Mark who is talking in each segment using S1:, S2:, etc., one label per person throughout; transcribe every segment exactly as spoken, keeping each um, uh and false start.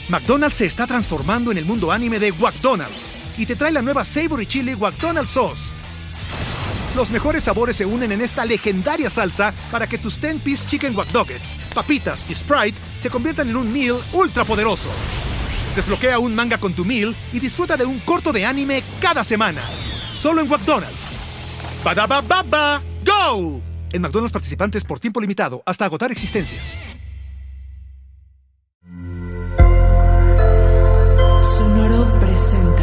S1: McDonald's se está transformando en el mundo anime de McDonald's y te trae la nueva Savory Chili McDonald's Sauce. Los mejores sabores se unen en esta legendaria salsa para que tus ten-piece chicken wack nuggets, papitas y Sprite se conviertan en un meal ultra poderoso. Desbloquea un manga con tu meal y disfruta de un corto de anime cada semana. Solo en McDonald's. ¡Badaba baba! ¡Go! En McDonald's participantes por tiempo limitado hasta agotar existencias.
S2: Sonoro presenta.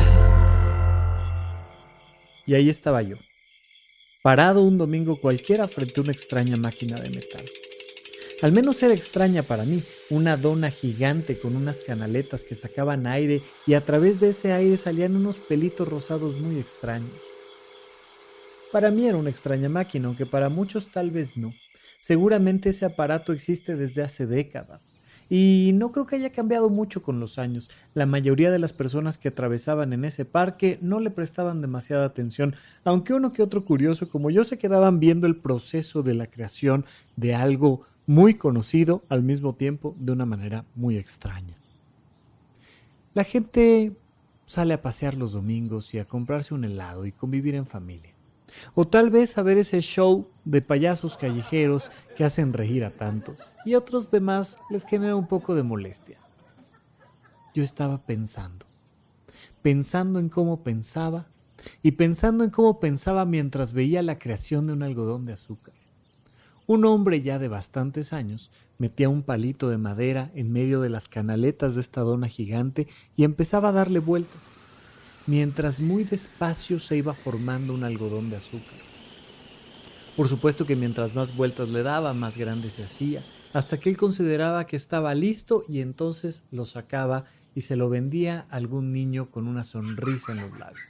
S3: Y ahí estaba yo, parado un domingo cualquiera frente a una extraña máquina de metal. Al menos era extraña para mí, una dona gigante con unas canaletas que sacaban aire y a través de ese aire salían unos pelitos rosados muy extraños. Para mí era una extraña máquina, aunque para muchos tal vez no. Seguramente ese aparato existe desde hace décadas. Y no creo que haya cambiado mucho con los años. La mayoría de las personas que atravesaban en ese parque no le prestaban demasiada atención, aunque uno que otro curioso como yo se quedaban viendo el proceso de la creación de algo muy conocido al mismo tiempo de una manera muy extraña. La gente sale a pasear los domingos y a comprarse un helado y convivir en familia. O tal vez a ver ese show de payasos callejeros que hacen reír a tantos y a otros demás les genera un poco de molestia. Yo estaba pensando, pensando en cómo pensaba y pensando en cómo pensaba mientras veía la creación de un algodón de azúcar. Un hombre ya de bastantes años metía un palito de madera en medio de las canaletas de esta dona gigante y empezaba a darle vueltas, mientras muy despacio se iba formando un algodón de azúcar. Por supuesto que mientras más vueltas le daba, más grande se hacía, hasta que él consideraba que estaba listo y entonces lo sacaba y se lo vendía a algún niño con una sonrisa en los labios.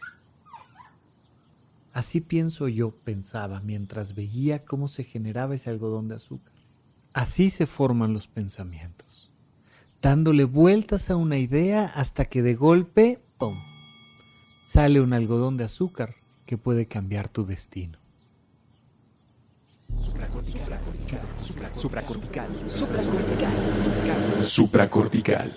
S3: Así pienso yo, pensaba, mientras veía cómo se generaba ese algodón de azúcar. Así se forman los pensamientos, dándole vueltas a una idea hasta que de golpe, ¡pum!, sale un algodón de azúcar que puede cambiar tu destino.
S4: Supracortical. Supracortical. Supracortical. Supracortical.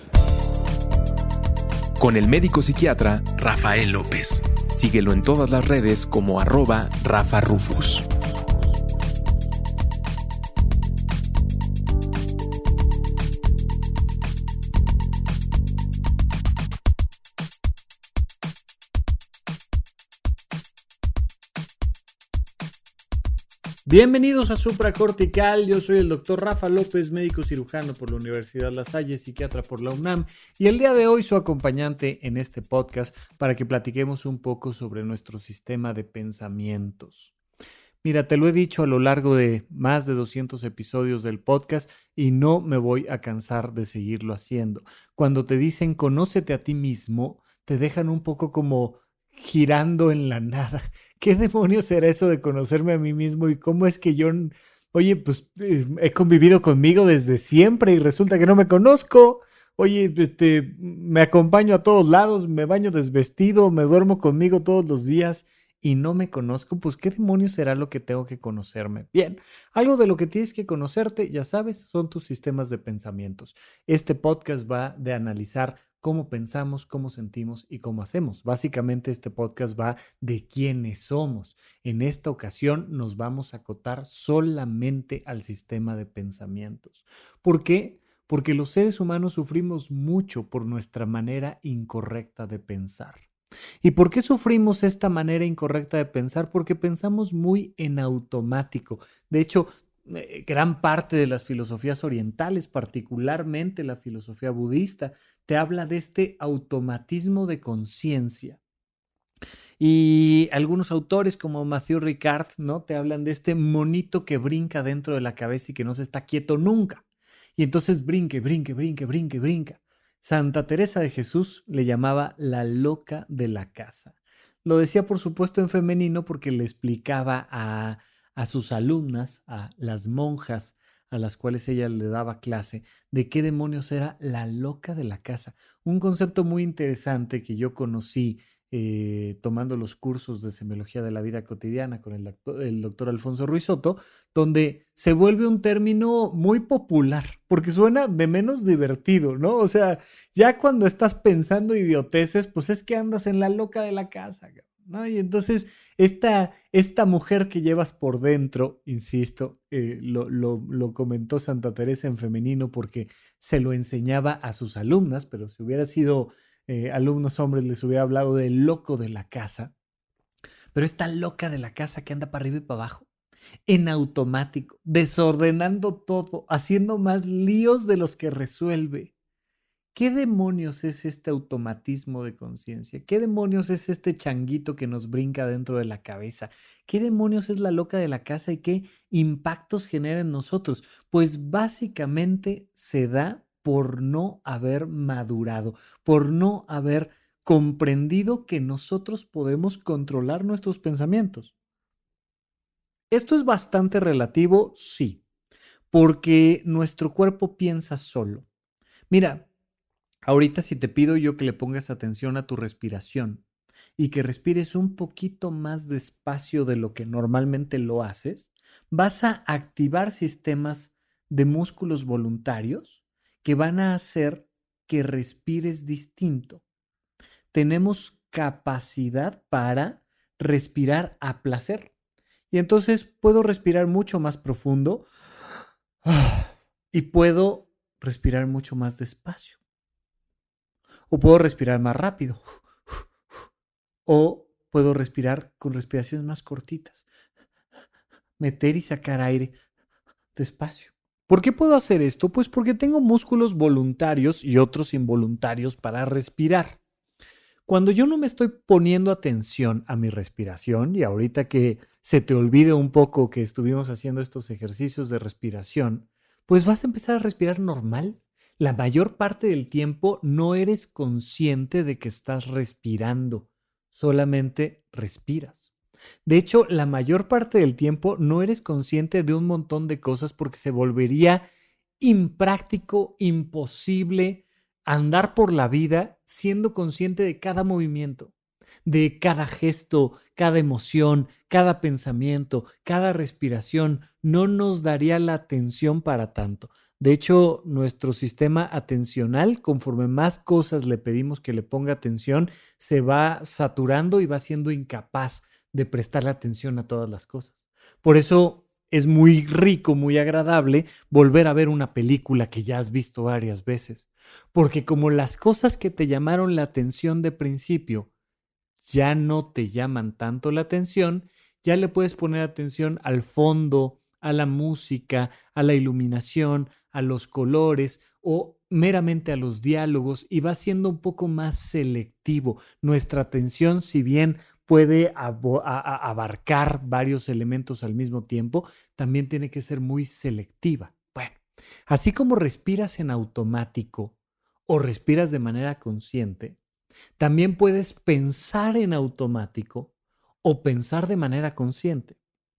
S4: Con el médico psiquiatra Rafael López. Síguelo en todas las redes como arroba Rafa Rufus.
S3: Bienvenidos a Supracortical, yo soy el doctor Rafa López, médico cirujano por la Universidad La Salle, psiquiatra por la UNAM, y el día de hoy su acompañante en este podcast para que platiquemos un poco sobre nuestro sistema de pensamientos. Mira, te lo he dicho a lo largo de más de doscientos episodios del podcast y no me voy a cansar de seguirlo haciendo. Cuando te dicen conócete a ti mismo, te dejan un poco como girando en la nada. ¿Qué demonios será eso de conocerme a mí mismo? ¿Y cómo es que yo, oye, pues he convivido conmigo desde siempre y resulta que no me conozco? Oye, este, me acompaño a todos lados, me baño desvestido, me duermo conmigo todos los días y no me conozco. Pues, ¿qué demonios será lo que tengo que conocerme? Bien, algo de lo que tienes que conocerte, ya sabes, son tus sistemas de pensamientos. Este podcast va de analizar cómo pensamos, cómo sentimos y cómo hacemos. Básicamente este podcast va de quiénes somos. En esta ocasión nos vamos a acotar solamente al sistema de pensamientos. ¿Por qué? Porque los seres humanos sufrimos mucho por nuestra manera incorrecta de pensar. ¿Y por qué sufrimos esta manera incorrecta de pensar? Porque pensamos muy en automático. De hecho, gran parte de las filosofías orientales, particularmente la filosofía budista, te habla de este automatismo de conciencia. Y algunos autores como Mathieu Ricard, ¿no?, te hablan de este monito que brinca dentro de la cabeza y que no se está quieto nunca. Y entonces brinque, brinque, brinque, brinque, brinca. Santa Teresa de Jesús le llamaba la loca de la casa. Lo decía, por supuesto, en femenino porque le explicaba a a sus alumnas, a las monjas a las cuales ella le daba clase, de qué demonios era la loca de la casa. Un concepto muy interesante que yo conocí eh, tomando los cursos de semiología de la vida cotidiana con el, acto- el doctor Alfonso Ruiz Soto, donde se vuelve un término muy popular, porque suena de menos divertido, ¿no? O sea, ya cuando estás pensando idioteces, pues es que andas en la loca de la casa, ¿no? Y entonces esta, esta mujer que llevas por dentro, insisto, eh, lo, lo, lo comentó Santa Teresa en femenino porque se lo enseñaba a sus alumnas, pero si hubiera sido eh, alumnos hombres les hubiera hablado del loco de la casa, pero esta loca de la casa que anda para arriba y para abajo, en automático, desordenando todo, haciendo más líos de los que resuelve. ¿Qué demonios es este automatismo de conciencia? ¿Qué demonios es este changuito que nos brinca dentro de la cabeza? ¿Qué demonios es la loca de la casa y qué impactos genera en nosotros? Pues básicamente se da por no haber madurado, por no haber comprendido que nosotros podemos controlar nuestros pensamientos. Esto es bastante relativo, sí, porque nuestro cuerpo piensa solo. Mira, ahorita si te pido yo que le pongas atención a tu respiración y que respires un poquito más despacio de lo que normalmente lo haces, vas a activar sistemas de músculos voluntarios que van a hacer que respires distinto. Tenemos capacidad para respirar a placer. Y entonces puedo respirar mucho más profundo y puedo respirar mucho más despacio. O puedo respirar más rápido. O puedo respirar con respiraciones más cortitas. Meter y sacar aire despacio. ¿Por qué puedo hacer esto? Pues porque tengo músculos voluntarios y otros involuntarios para respirar. Cuando yo no me estoy poniendo atención a mi respiración, y ahorita que se te olvide un poco que estuvimos haciendo estos ejercicios de respiración, pues vas a empezar a respirar normal. La mayor parte del tiempo no eres consciente de que estás respirando, solamente respiras. De hecho, la mayor parte del tiempo no eres consciente de un montón de cosas porque se volvería impráctico, imposible andar por la vida siendo consciente de cada movimiento, de cada gesto, cada emoción, cada pensamiento, cada respiración. No nos daría la atención para tanto. De hecho, nuestro sistema atencional, conforme más cosas le pedimos que le ponga atención, se va saturando y va siendo incapaz de prestarle atención a todas las cosas. Por eso es muy rico, muy agradable volver a ver una película que ya has visto varias veces. Porque como las cosas que te llamaron la atención de principio ya no te llaman tanto la atención, ya le puedes poner atención al fondo, a la música, a la iluminación, a los colores o meramente a los diálogos y va siendo un poco más selectivo. Nuestra atención, si bien puede abo- a- a- abarcar varios elementos al mismo tiempo, también tiene que ser muy selectiva. Bueno, así como respiras en automático o respiras de manera consciente, también puedes pensar en automático o pensar de manera consciente.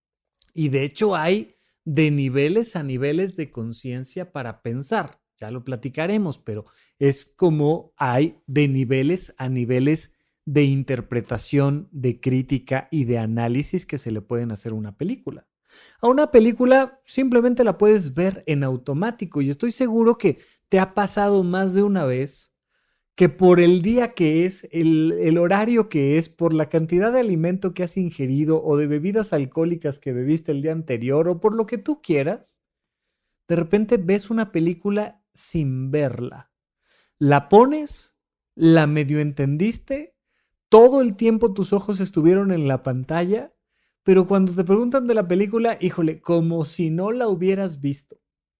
S3: Y de hecho hay de niveles a niveles de conciencia para pensar. Ya lo platicaremos, pero es como hay de niveles a niveles de interpretación, de crítica y de análisis que se le pueden hacer a una película. A una película simplemente la puedes ver en automático y estoy seguro que te ha pasado más de una vez que por el día que es, el, el horario que es, por la cantidad de alimento que has ingerido o de bebidas alcohólicas que bebiste el día anterior o por lo que tú quieras, de repente ves una película sin verla. La pones, la medio entendiste, todo el tiempo tus ojos estuvieron en la pantalla, pero cuando te preguntan de la película, híjole, como si no la hubieras visto.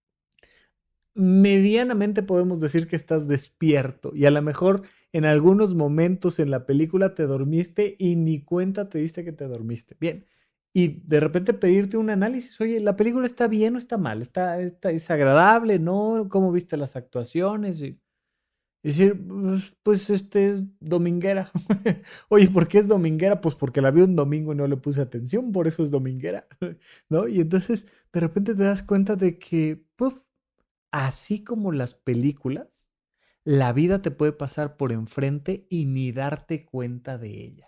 S3: Medianamente podemos decir que estás despierto y a lo mejor en algunos momentos en la película te dormiste y ni cuenta te diste que te dormiste. Bien, y de repente pedirte un análisis, oye, ¿la película está bien o está mal? ¿Está, está, es agradable? ¿No? ¿Cómo viste las actuaciones? Y decir, pues, pues este es dominguera. Oye, ¿por qué es dominguera? Pues porque la vi un domingo y no le puse atención, por eso es dominguera, ¿no? Y entonces de repente te das cuenta de que, pues, así como las películas, la vida te puede pasar por enfrente y ni darte cuenta de ella.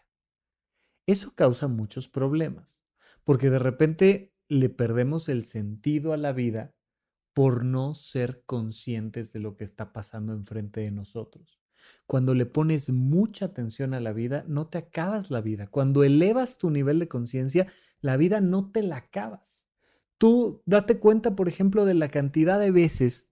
S3: Eso causa muchos problemas, porque de repente le perdemos el sentido a la vida por no ser conscientes de lo que está pasando enfrente de nosotros. Cuando le pones mucha atención a la vida, no te acabas la vida. Cuando elevas tu nivel de conciencia, la vida no te la acabas. Tú date cuenta, por ejemplo, de la cantidad de veces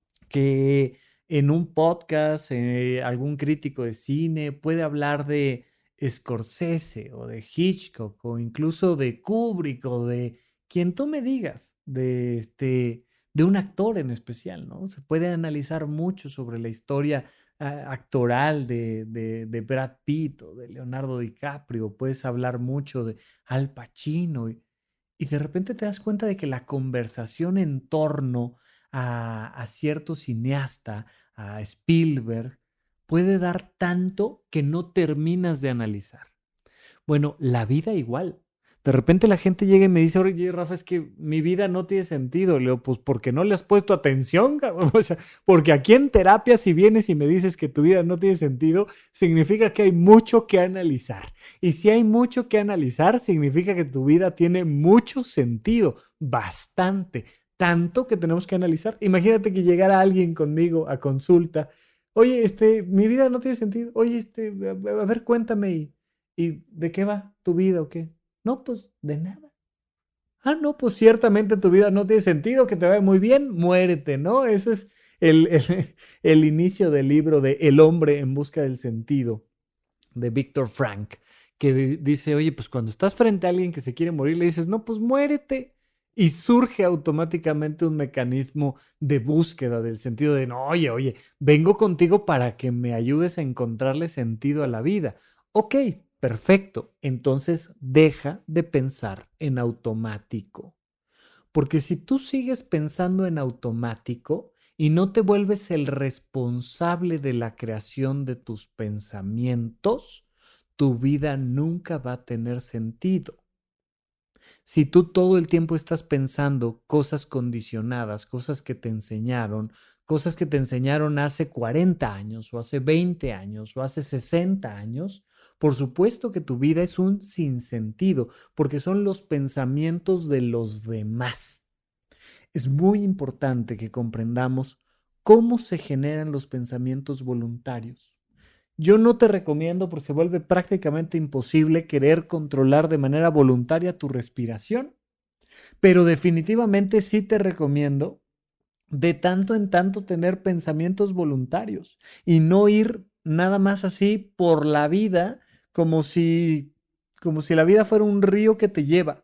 S3: que en un podcast eh, algún crítico de cine puede hablar de Scorsese o de Hitchcock o incluso de Kubrick o de quien tú me digas, de, este, de un actor en especial, ¿no? Se puede analizar mucho sobre la historia uh, actoral de, de, de Brad Pitt o de Leonardo DiCaprio, puedes hablar mucho de Al Pacino y, y de repente te das cuenta de que la conversación en torno a, a cierto cineasta, a Spielberg, puede dar tanto que no terminas de analizar. Bueno, la vida igual. De repente la gente llega y me dice, oye, Rafa, es que mi vida no tiene sentido. Le digo, pues, ¿porque no le has puesto atención, cabrón? O sea, porque aquí en terapia, si vienes y me dices que tu vida no tiene sentido, significa que hay mucho que analizar. Y si hay mucho que analizar, significa que tu vida tiene mucho sentido, bastante. Tanto que tenemos que analizar. Imagínate que llegara alguien conmigo a consulta. Oye, este, mi vida no tiene sentido. Oye, este, a, a ver, cuéntame. ¿Y, ¿Y de qué va tu vida o qué? No, pues de nada. Ah, no, pues ciertamente tu vida no tiene sentido, que te vaya muy bien, muérete, ¿no? Eso es el, el, el inicio del libro de El hombre en busca del sentido, de Viktor Frankl, que dice, oye, pues cuando estás frente a alguien que se quiere morir, le dices, no, pues muérete. Y surge automáticamente un mecanismo de búsqueda del sentido de, no, oye, oye, vengo contigo para que me ayudes a encontrarle sentido a la vida. Ok, perfecto. Entonces deja de pensar en automático. Porque si tú sigues pensando en automático y no te vuelves el responsable de la creación de tus pensamientos, tu vida nunca va a tener sentido. Si tú todo el tiempo estás pensando cosas condicionadas, cosas que te enseñaron, cosas que te enseñaron hace cuarenta años o hace veinte años o hace sesenta años, por supuesto que tu vida es un sinsentido, porque son los pensamientos de los demás. Es muy importante que comprendamos cómo se generan los pensamientos voluntarios. Yo no te recomiendo, porque se vuelve prácticamente imposible querer controlar de manera voluntaria tu respiración, pero definitivamente sí te recomiendo de tanto en tanto tener pensamientos voluntarios y no ir nada más así por la vida como si, como si la vida fuera un río que te lleva.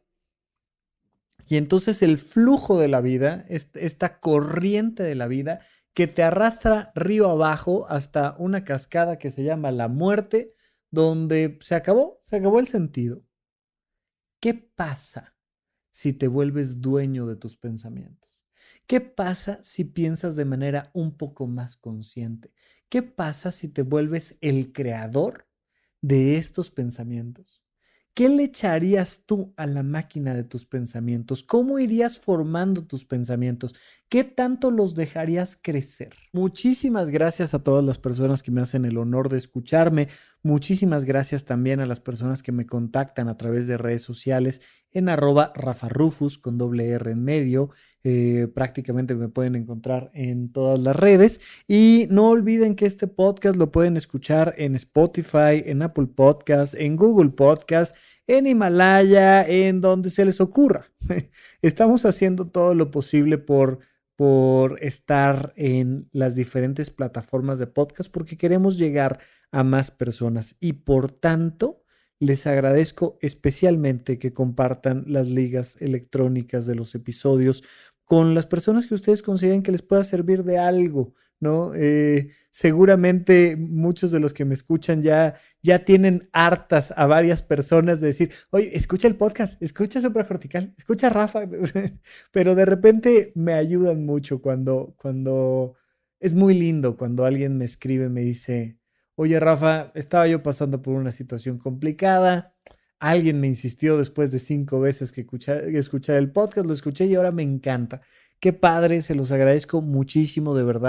S3: Y entonces el flujo de la vida, esta corriente de la vida, que te arrastra río abajo hasta una cascada que se llama la muerte, donde se acabó, se acabó el sentido. ¿Qué pasa si te vuelves dueño de tus pensamientos? ¿Qué pasa si piensas de manera un poco más consciente? ¿Qué pasa si te vuelves el creador de estos pensamientos? ¿Qué le echarías tú a la máquina de tus pensamientos? ¿Cómo irías formando tus pensamientos? ¿Qué tanto los dejarías crecer? Muchísimas gracias a todas las personas que me hacen el honor de escucharme. Muchísimas gracias también a las personas que me contactan a través de redes sociales en arroba Rafa Rufus con doble R en medio. Eh, prácticamente me pueden encontrar en todas las redes. Y no olviden que este podcast lo pueden escuchar en Spotify, en Apple Podcasts, en Google Podcasts, en Himalaya, en donde se les ocurra. Estamos haciendo todo lo posible por, por estar en las diferentes plataformas de podcast porque queremos llegar a más personas y por tanto les agradezco especialmente que compartan las ligas electrónicas de los episodios con las personas que ustedes consideren que les pueda servir de algo, ¿no? Eh, seguramente muchos de los que me escuchan ya, ya tienen hartas a varias personas de decir, oye, escucha el podcast, escucha Supracortical, escucha a Rafa, pero de repente me ayudan mucho cuando, cuando es muy lindo cuando alguien me escribe, me dice, oye Rafa, estaba yo pasando por una situación complicada. Alguien me insistió después de cinco veces que escuchar, que escuchar el podcast, lo escuché y ahora me encanta. Qué padre, se los agradezco muchísimo, de verdad.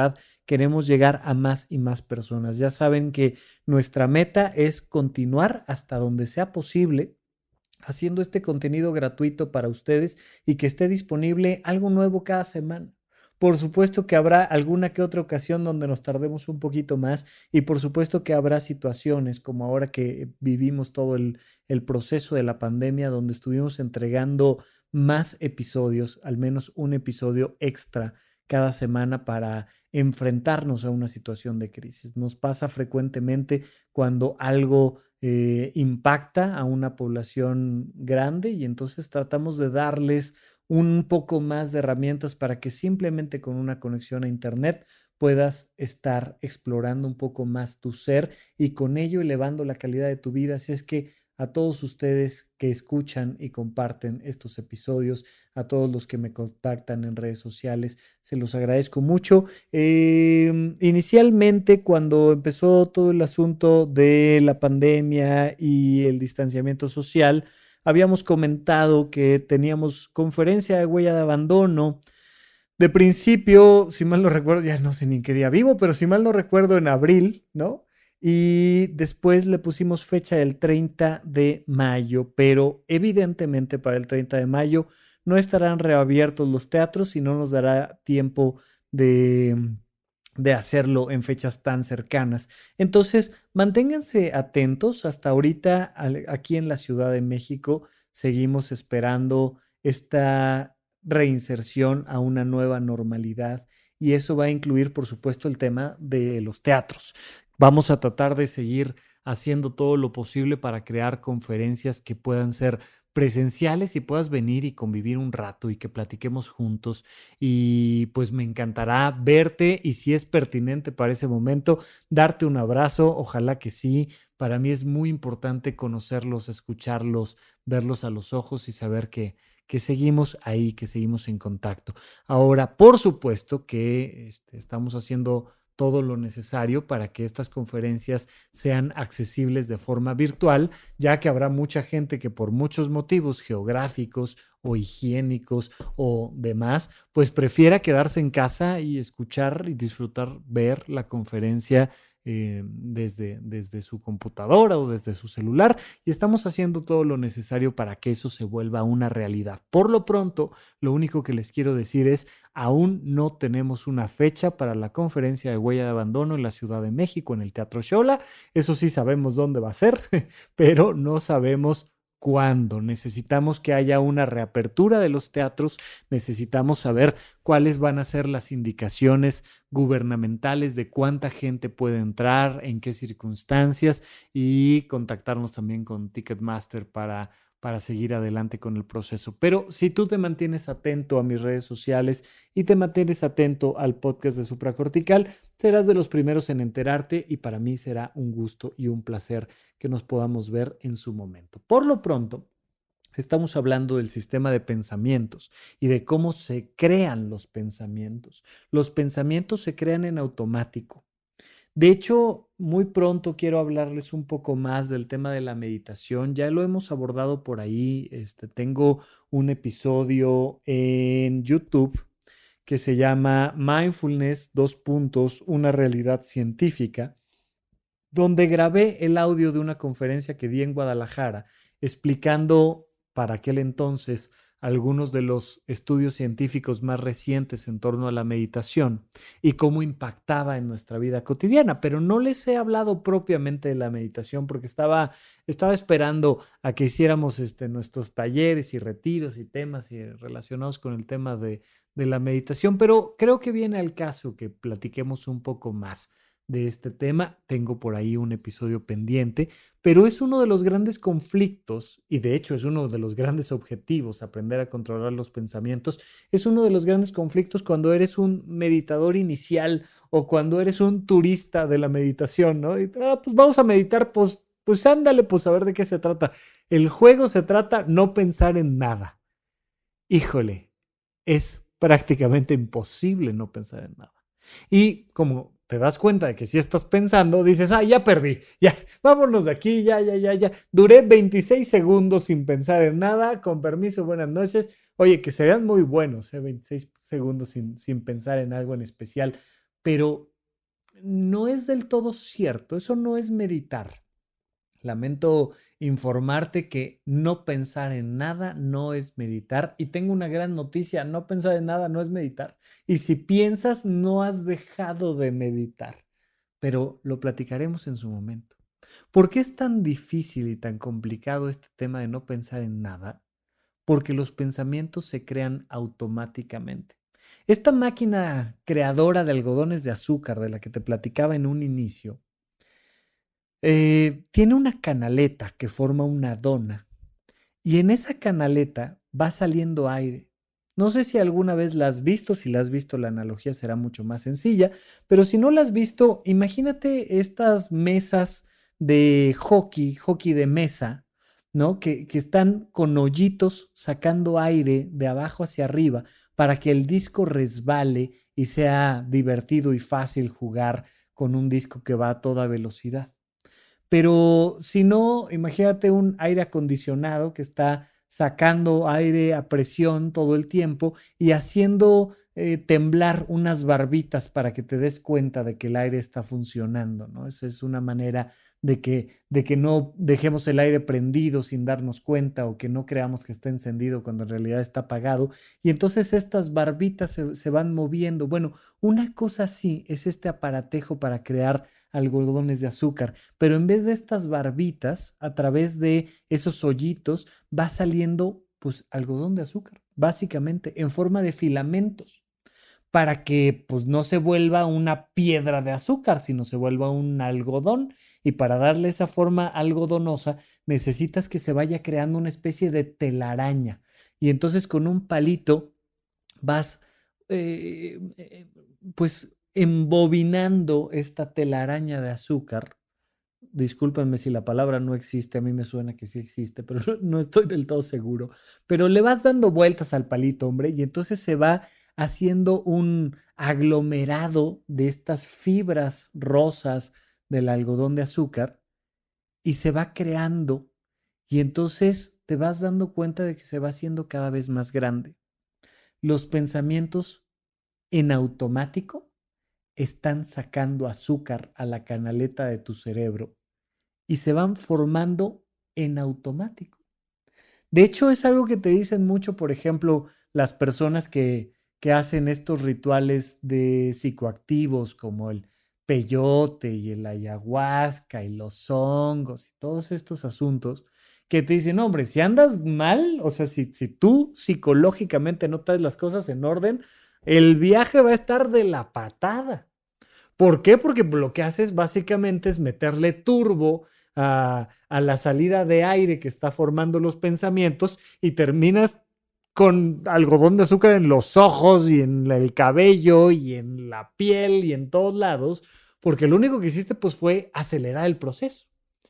S3: queremos llegar a más y más personas. Ya saben que nuestra meta es continuar hasta donde sea posible haciendo este contenido gratuito para ustedes y que esté disponible algo nuevo cada semana. Por supuesto que habrá alguna que otra ocasión donde nos tardemos un poquito más y por supuesto que habrá situaciones como ahora que vivimos todo el, el proceso de la pandemia donde estuvimos entregando más episodios, al menos un episodio extra cada semana para enfrentarnos a una situación de crisis. Nos pasa frecuentemente cuando algo eh, impacta a una población grande y entonces tratamos de darles un poco más de herramientas para que simplemente con una conexión a internet puedas estar explorando un poco más tu ser y con ello elevando la calidad de tu vida. Así es que a todos ustedes que escuchan y comparten estos episodios, a todos los que me contactan en redes sociales, se los agradezco mucho. Eh, inicialmente, cuando empezó todo el asunto de la pandemia y el distanciamiento social, habíamos comentado que teníamos conferencia de huella de abandono. De principio, si mal no recuerdo, ya no sé ni en qué día vivo, pero si mal no recuerdo, en abril, ¿no? Y después le pusimos fecha del treinta de mayo, pero evidentemente para el treinta de mayo no estarán reabiertos los teatros y no nos dará tiempo de, de hacerlo en fechas tan cercanas. Entonces, manténganse atentos. Hasta ahorita, aquí en la Ciudad de México, seguimos esperando esta reinserción a una nueva normalidad y eso va a incluir, por supuesto, el tema de los teatros. Vamos a tratar de seguir haciendo todo lo posible para crear conferencias que puedan ser presenciales y puedas venir y convivir un rato y que platiquemos juntos. Y pues me encantará verte y si es pertinente para ese momento, darte un abrazo. Ojalá que sí. Para mí es muy importante conocerlos, escucharlos, verlos a los ojos y saber que, que seguimos ahí, que seguimos en contacto. Ahora, por supuesto que este, estamos haciendo todo lo necesario para que estas conferencias sean accesibles de forma virtual, ya que habrá mucha gente que por muchos motivos geográficos o higiénicos o demás, pues prefiera quedarse en casa y escuchar y disfrutar, ver la conferencia eh, desde, desde su computadora o desde su celular, y estamos haciendo todo lo necesario para que eso se vuelva una realidad. Por lo pronto, lo único que les quiero decir es, aún no tenemos una fecha para la conferencia de huella de abandono en la Ciudad de México, en el Teatro Xola. Eso sí sabemos dónde va a ser, pero no sabemos cuándo. Necesitamos que haya una reapertura de los teatros, necesitamos saber cuáles van a ser las indicaciones gubernamentales de cuánta gente puede entrar, en qué circunstancias, y contactarnos también con Ticketmaster para para seguir adelante con el proceso. Pero si tú te mantienes atento a mis redes sociales y te mantienes atento al podcast de Supracortical, serás de los primeros en enterarte y para mí será un gusto y un placer que nos podamos ver en su momento. Por lo pronto, estamos hablando del sistema de pensamientos y de cómo se crean los pensamientos. Los pensamientos se crean en automático. De hecho, muy pronto quiero hablarles un poco más del tema de la meditación. Ya lo hemos abordado por ahí. Este, tengo un episodio en YouTube que se llama Mindfulness, dos puntos, una realidad científica, donde grabé el audio de una conferencia que di en Guadalajara, explicando para aquel entonces algunos de los estudios científicos más recientes en torno a la meditación y cómo impactaba en nuestra vida cotidiana, pero no les he hablado propiamente de la meditación porque estaba, estaba esperando a que hiciéramos este, nuestros talleres y retiros y temas y relacionados con el tema de, de la meditación, pero creo que viene al caso que platiquemos un poco más de este tema. Tengo por ahí un episodio pendiente, pero es uno de los grandes conflictos y de hecho es uno de los grandes objetivos, aprender a controlar los pensamientos. Es uno de los grandes conflictos cuando eres un meditador inicial o cuando eres un turista de la meditación, ¿no? Y, ah, pues vamos a meditar, pues, pues ándale, pues a ver de qué se trata. El juego se trata no pensar en nada. Híjole, es prácticamente imposible no pensar en nada. Y como te das cuenta de que si estás pensando, dices, ah, ya perdí, ya, vámonos de aquí, ya, ya, ya, ya. Duré veintiséis segundos sin pensar en nada, con permiso, buenas noches. Oye, que serían muy buenos, ¿eh? veintiséis segundos sin, sin pensar en algo en especial, pero no es del todo cierto, eso no es meditar. Lamento informarte que no pensar en nada no es meditar. Y tengo una gran noticia, no pensar en nada no es meditar. Y si piensas, no has dejado de meditar. Pero lo platicaremos en su momento. ¿Por qué es tan difícil y tan complicado este tema de no pensar en nada? Porque los pensamientos se crean automáticamente. Esta máquina creadora de algodones de azúcar de la que te platicaba en un inicio, Eh, tiene una canaleta que forma una dona y en esa canaleta va saliendo aire. No sé si alguna vez la has visto, si la has visto la analogía será mucho más sencilla, pero si no la has visto, imagínate estas mesas de hockey, hockey de mesa, ¿no? Que, que están con hoyitos sacando aire de abajo hacia arriba para que el disco resbale y sea divertido y fácil jugar con un disco que va a toda velocidad. Pero si no, imagínate un aire acondicionado que está sacando aire a presión todo el tiempo y haciendo eh, temblar unas barbitas para que te des cuenta de que el aire está funcionando, ¿no? Esa es una manera de que, de que no dejemos el aire prendido sin darnos cuenta o que no creamos que está encendido cuando en realidad está apagado. Y entonces estas barbitas se, se van moviendo. Bueno, una cosa así es este aparatejo para crear algodones de azúcar, pero en vez de estas barbitas, a través de esos hoyitos va saliendo pues algodón de azúcar, básicamente en forma de filamentos, para que pues no se vuelva una piedra de azúcar, sino se vuelva un algodón, y para darle esa forma algodonosa necesitas que se vaya creando una especie de telaraña, y entonces con un palito vas eh, eh, pues embobinando esta telaraña de azúcar. Discúlpenme si la palabra no existe, a mí me suena que sí existe, pero no, no estoy del todo seguro. Pero le vas dando vueltas al palito, hombre, y entonces se va haciendo un aglomerado de estas fibras rosas del algodón de azúcar y se va creando, y entonces te vas dando cuenta de que se va haciendo cada vez más grande. Los pensamientos en automático están sacando azúcar a la canaleta de tu cerebro y se van formando en automático. De hecho, es algo que te dicen mucho, por ejemplo, las personas que, que hacen estos rituales de psicoactivos como el peyote y el ayahuasca y los hongos y todos estos asuntos, que te dicen, hombre, si andas mal, o sea, si, si tú psicológicamente no traes las cosas en orden, el viaje va a estar de la patada. ¿Por qué? Porque lo que haces básicamente es meterle turbo a, a la salida de aire que está formando los pensamientos y terminas con algodón de azúcar en los ojos y en el cabello y en la piel y en todos lados, porque lo único que hiciste pues fue acelerar el proceso.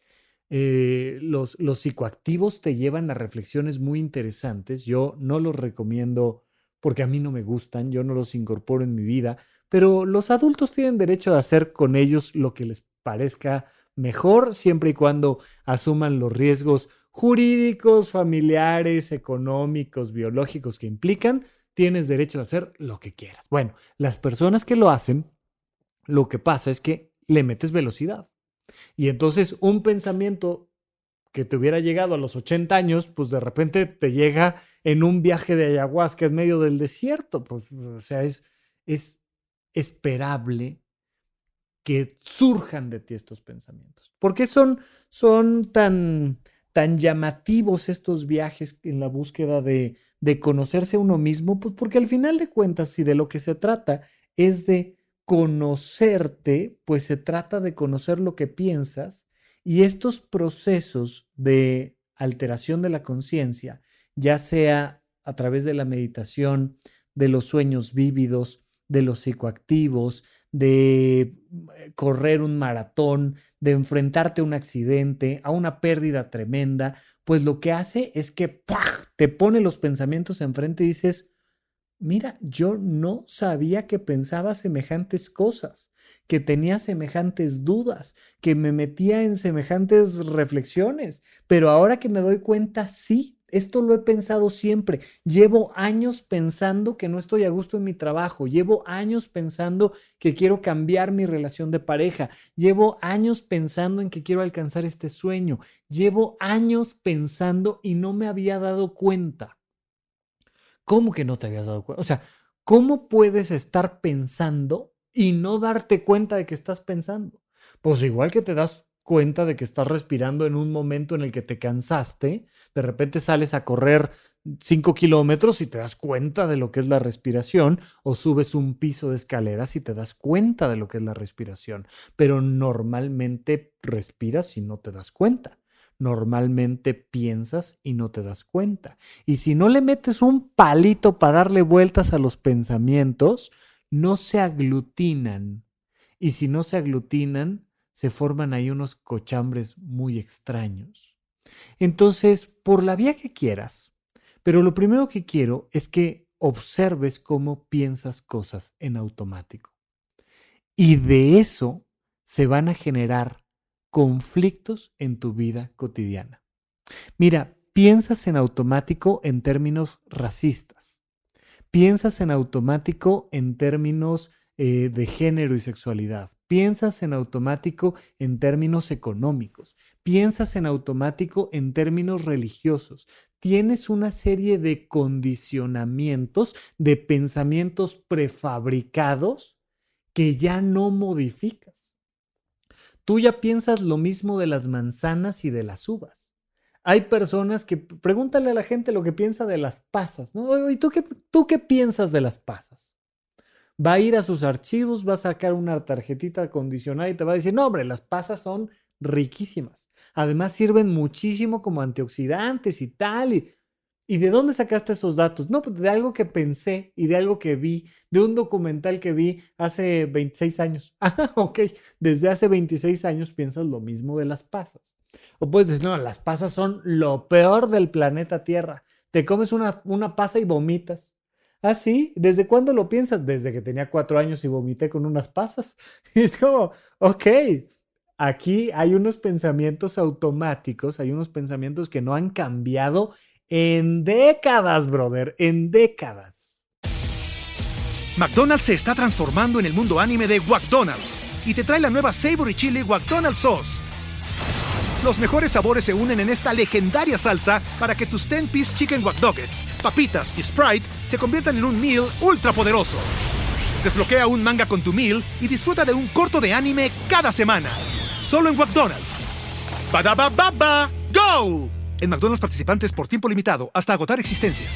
S3: Eh, los, los psicoactivos te llevan a reflexiones muy interesantes. Yo no los recomiendo porque a mí no me gustan, yo no los incorporo en mi vida, pero los adultos tienen derecho a hacer con ellos lo que les parezca mejor, siempre y cuando asuman los riesgos jurídicos, familiares, económicos, biológicos que implican. Tienes derecho a hacer lo que quieras. Bueno, las personas que lo hacen, lo que pasa es que le metes velocidad. Y entonces un pensamiento que te hubiera llegado a los ochenta años, pues de repente te llega en un viaje de ayahuasca en medio del desierto. Pues, o sea, es, es esperable que surjan de ti estos pensamientos. ¿Por qué son, son tan, tan llamativos estos viajes en la búsqueda de, de conocerse a uno mismo? Pues porque al final de cuentas, si de lo que se trata es de conocerte, pues se trata de conocer lo que piensas, y estos procesos de alteración de la conciencia, ya sea a través de la meditación, de los sueños vívidos, de los psicoactivos, de correr un maratón, de enfrentarte a un accidente, a una pérdida tremenda, pues lo que hace es que ¡pah!, te pone los pensamientos enfrente y dices, mira, yo no sabía que pensaba semejantes cosas, que tenía semejantes dudas, que me metía en semejantes reflexiones, pero ahora que me doy cuenta, sí, esto lo he pensado siempre. Llevo años pensando que no estoy a gusto en mi trabajo. Llevo años pensando que quiero cambiar mi relación de pareja. Llevo años pensando en que quiero alcanzar este sueño. Llevo años pensando y no me había dado cuenta. ¿Cómo que no te habías dado cuenta? O sea, ¿cómo puedes estar pensando y no darte cuenta de que estás pensando? Pues igual que te das cuenta de que estás respirando en un momento en el que te cansaste, de repente sales a correr cinco kilómetros y te das cuenta de lo que es la respiración, o subes un piso de escaleras y te das cuenta de lo que es la respiración, pero normalmente respiras y no te das cuenta. Normalmente piensas y no te das cuenta. Y si no le metes un palito para darle vueltas a los pensamientos, no se aglutinan. Y si no se aglutinan, se forman ahí unos cochambres muy extraños. Entonces, por la vía que quieras, pero lo primero que quiero es que observes cómo piensas cosas en automático. Y de eso se van a generar conflictos en tu vida cotidiana. Mira, piensas en automático en términos racistas. Piensas en automático en términos eh, de género y sexualidad. Piensas en automático en términos económicos. Piensas en automático en términos religiosos. Tienes una serie de condicionamientos, de pensamientos prefabricados que ya no modificas. Tú ya piensas lo mismo de las manzanas y de las uvas. Hay personas que, pregúntale a la gente lo que piensa de las pasas, ¿no? ¿Y tú qué, tú qué piensas de las pasas? Va a ir a sus archivos, va a sacar una tarjetita condicionada y te va a decir, no, hombre, las pasas son riquísimas. Además sirven muchísimo como antioxidantes y tal. Y, ¿y de dónde sacaste esos datos? No, pues de algo que pensé y de algo que vi, de un documental que vi hace veintiséis años. Ah, ok, desde hace veintiséis años piensas lo mismo de las pasas. O puedes decir, no, las pasas son lo peor del planeta Tierra. Te comes una, una pasa y vomitas. ¿Ah, sí? ¿Desde cuándo lo piensas? Desde que tenía cuatro años y vomité con unas pasas. Y es como, ok, aquí hay unos pensamientos automáticos, hay unos pensamientos que no han cambiado en décadas, brother, en décadas.
S1: McDonald's se está transformando en el mundo anime de McDonald's y te trae la nueva Savory Chili McDonald's Sauce. Los mejores sabores se unen en esta legendaria salsa para que tus ten piece Chicken Wack Nuggets, papitas y Sprite se conviertan en un meal ultra poderoso. Desbloquea un manga con tu meal y disfruta de un corto de anime cada semana. Solo en McDonald's. ¡Badaba baba! ¡Go! En McDonald's participantes por tiempo limitado hasta agotar existencias.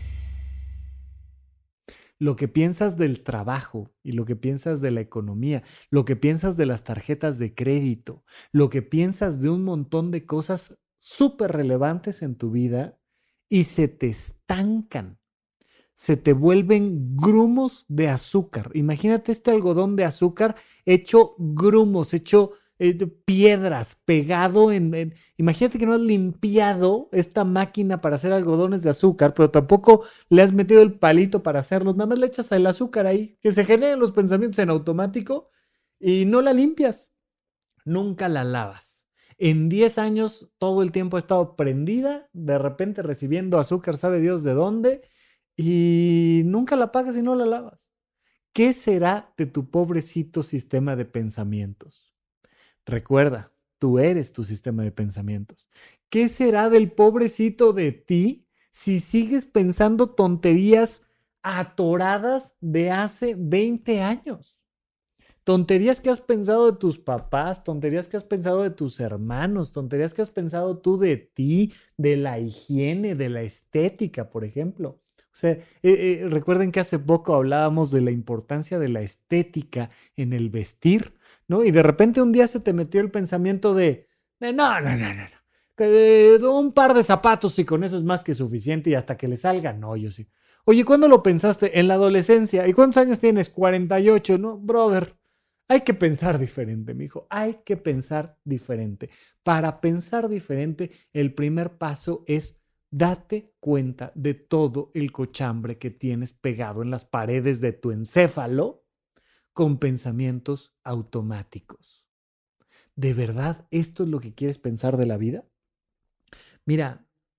S3: Lo que piensas del trabajo y lo que piensas de la economía, lo que piensas de las tarjetas de crédito, lo que piensas de un montón de cosas súper relevantes en tu vida y se te estancan, se te vuelven grumos de azúcar. Imagínate este algodón de azúcar hecho grumos, hecho eh, piedras, pegado en, en... Imagínate que no has limpiado esta máquina para hacer algodones de azúcar, pero tampoco le has metido el palito para hacerlos. Nada más le echas el azúcar ahí, que se generen los pensamientos en automático y no la limpias. Nunca la lavas. En diez años todo el tiempo ha estado prendida, de repente recibiendo azúcar, sabe Dios de dónde, y nunca la pagas y no la lavas. ¿Qué será de tu pobrecito sistema de pensamientos? Recuerda, tú eres tu sistema de pensamientos. ¿Qué será del pobrecito de ti si sigues pensando tonterías atoradas de hace veinte años? Tonterías que has pensado de tus papás, tonterías que has pensado de tus hermanos, tonterías que has pensado tú de ti, de la higiene, de la estética, por ejemplo. O sea, eh, eh, recuerden que hace poco hablábamos de la importancia de la estética en el vestir, ¿no? Y de repente un día se te metió el pensamiento de, de no, no, no, no, no. Que, de, un par de zapatos y con eso es más que suficiente y hasta que le salga, no, yo sí. Oye, ¿cuándo lo pensaste? En la adolescencia. ¿Y cuántos años tienes? cuarenta y ocho, ¿no? Brother, hay que pensar diferente, mijo. Hay que pensar diferente. Para pensar diferente, el primer paso es date cuenta de todo el cochambre que tienes pegado en las paredes de tu encéfalo con pensamientos automáticos. ¿De verdad esto es lo que quieres pensar de la vida? Mira,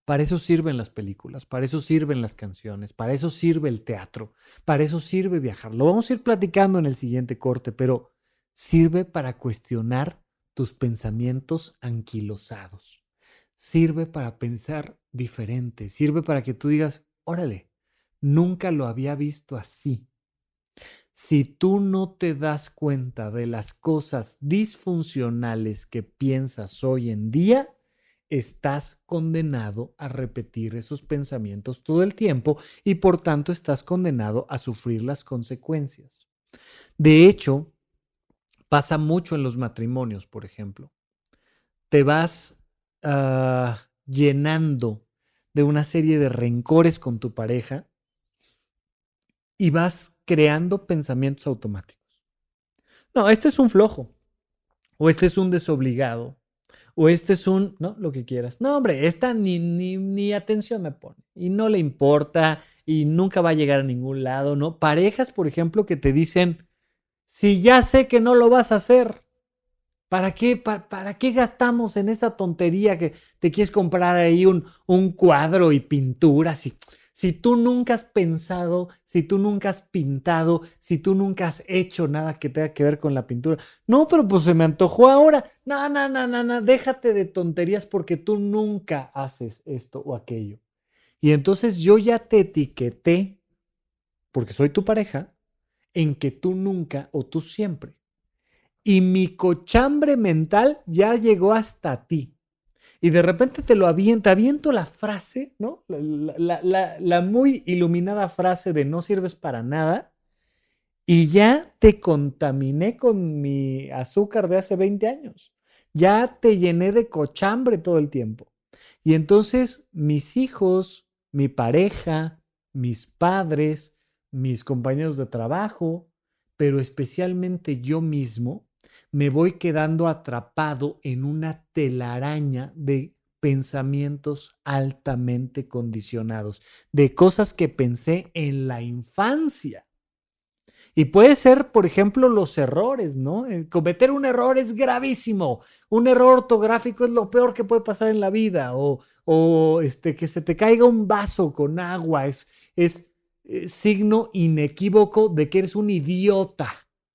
S3: Para eso sirven las películas, para eso sirven las canciones, para eso sirve el teatro, para eso sirve viajar. Lo vamos a ir platicando en el siguiente corte, pero sirve para cuestionar tus pensamientos anquilosados. Sirve para pensar diferente, sirve para que tú digas, órale, nunca lo había visto así. Si tú no te das cuenta de las cosas disfuncionales que piensas hoy en día, estás condenado a repetir esos pensamientos todo el tiempo y por tanto estás condenado a sufrir las consecuencias. De hecho, pasa mucho en los matrimonios, por ejemplo. Te vas uh, llenando de una serie de rencores con tu pareja y vas creando pensamientos automáticos. No, este es un flojo, o este es un desobligado, o este es un, no, lo que quieras. No, hombre, esta ni, ni, ni atención me pone y no le importa y nunca va a llegar a ningún lado, ¿no? Parejas, por ejemplo, que te dicen, si ya sé que no lo vas a hacer, ¿para qué, para, para qué gastamos en esta tontería que te quieres comprar ahí un, un cuadro y pintura? Si, si tú nunca has pensado, si tú nunca has pintado, si tú nunca has hecho nada que tenga que ver con la pintura. No, pero pues se me antojó ahora. No, no, no, no, no, déjate de tonterías porque tú nunca haces esto o aquello. Y entonces yo ya te etiqueté, porque soy tu pareja, en que tú nunca o tú siempre. Y mi cochambre mental ya llegó hasta ti. Y de repente te lo aviento, aviento la frase, ¿no? La, la, la, la muy iluminada frase de no sirves para nada. Y ya te contaminé con mi azúcar de hace veinte años. Ya te llené de cochambre todo el tiempo. Y entonces mis hijos, mi pareja, mis padres, mis compañeros de trabajo, pero especialmente yo mismo, me voy quedando atrapado en una telaraña de pensamientos altamente condicionados, de cosas que pensé en la infancia. Y puede ser, por ejemplo, los errores, ¿no? Cometer un error es gravísimo. Un error ortográfico es lo peor que puede pasar en la vida. O, o este, que se te caiga un vaso con agua es, es eh, signo inequívoco de que eres un idiota.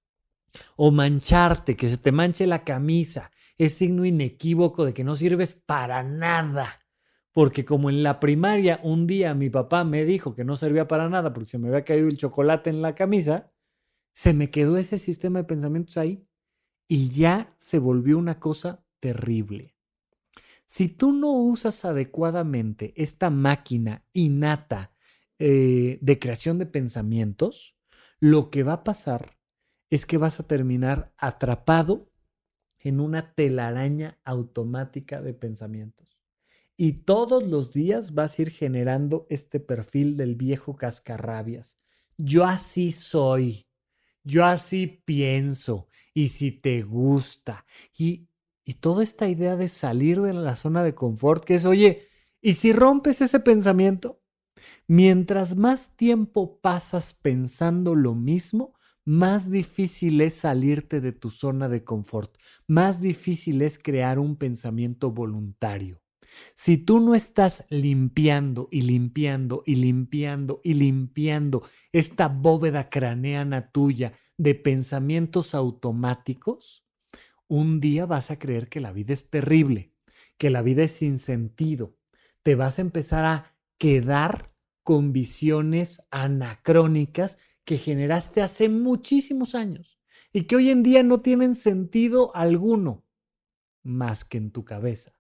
S3: O mancharte, que se te manche la camisa, es signo inequívoco de que no sirves para nada. Porque como en la primaria un día mi papá me dijo que no servía para nada porque se me había caído el chocolate en la camisa, se me quedó ese sistema de pensamientos ahí y ya se volvió una cosa terrible. Si tú no usas adecuadamente esta máquina innata eh, de creación de pensamientos, lo que va a pasar es que vas a terminar atrapado en una telaraña automática de pensamientos. Y todos los días vas a ir generando este perfil del viejo cascarrabias. Yo así soy, yo así pienso, y si te gusta. Y, y toda esta idea de salir de la zona de confort, que es, oye, ¿y si rompes ese pensamiento? Mientras más tiempo pasas pensando lo mismo, más difícil es salirte de tu zona de confort, más difícil es crear un pensamiento voluntario. Si tú no estás limpiando y limpiando y limpiando y limpiando esta bóveda craneana tuya de pensamientos automáticos, un día vas a creer que la vida es terrible, que la vida es sin sentido. Te vas a empezar a quedar con visiones anacrónicas que generaste hace muchísimos años y que hoy en día no tienen sentido alguno más que en tu cabeza.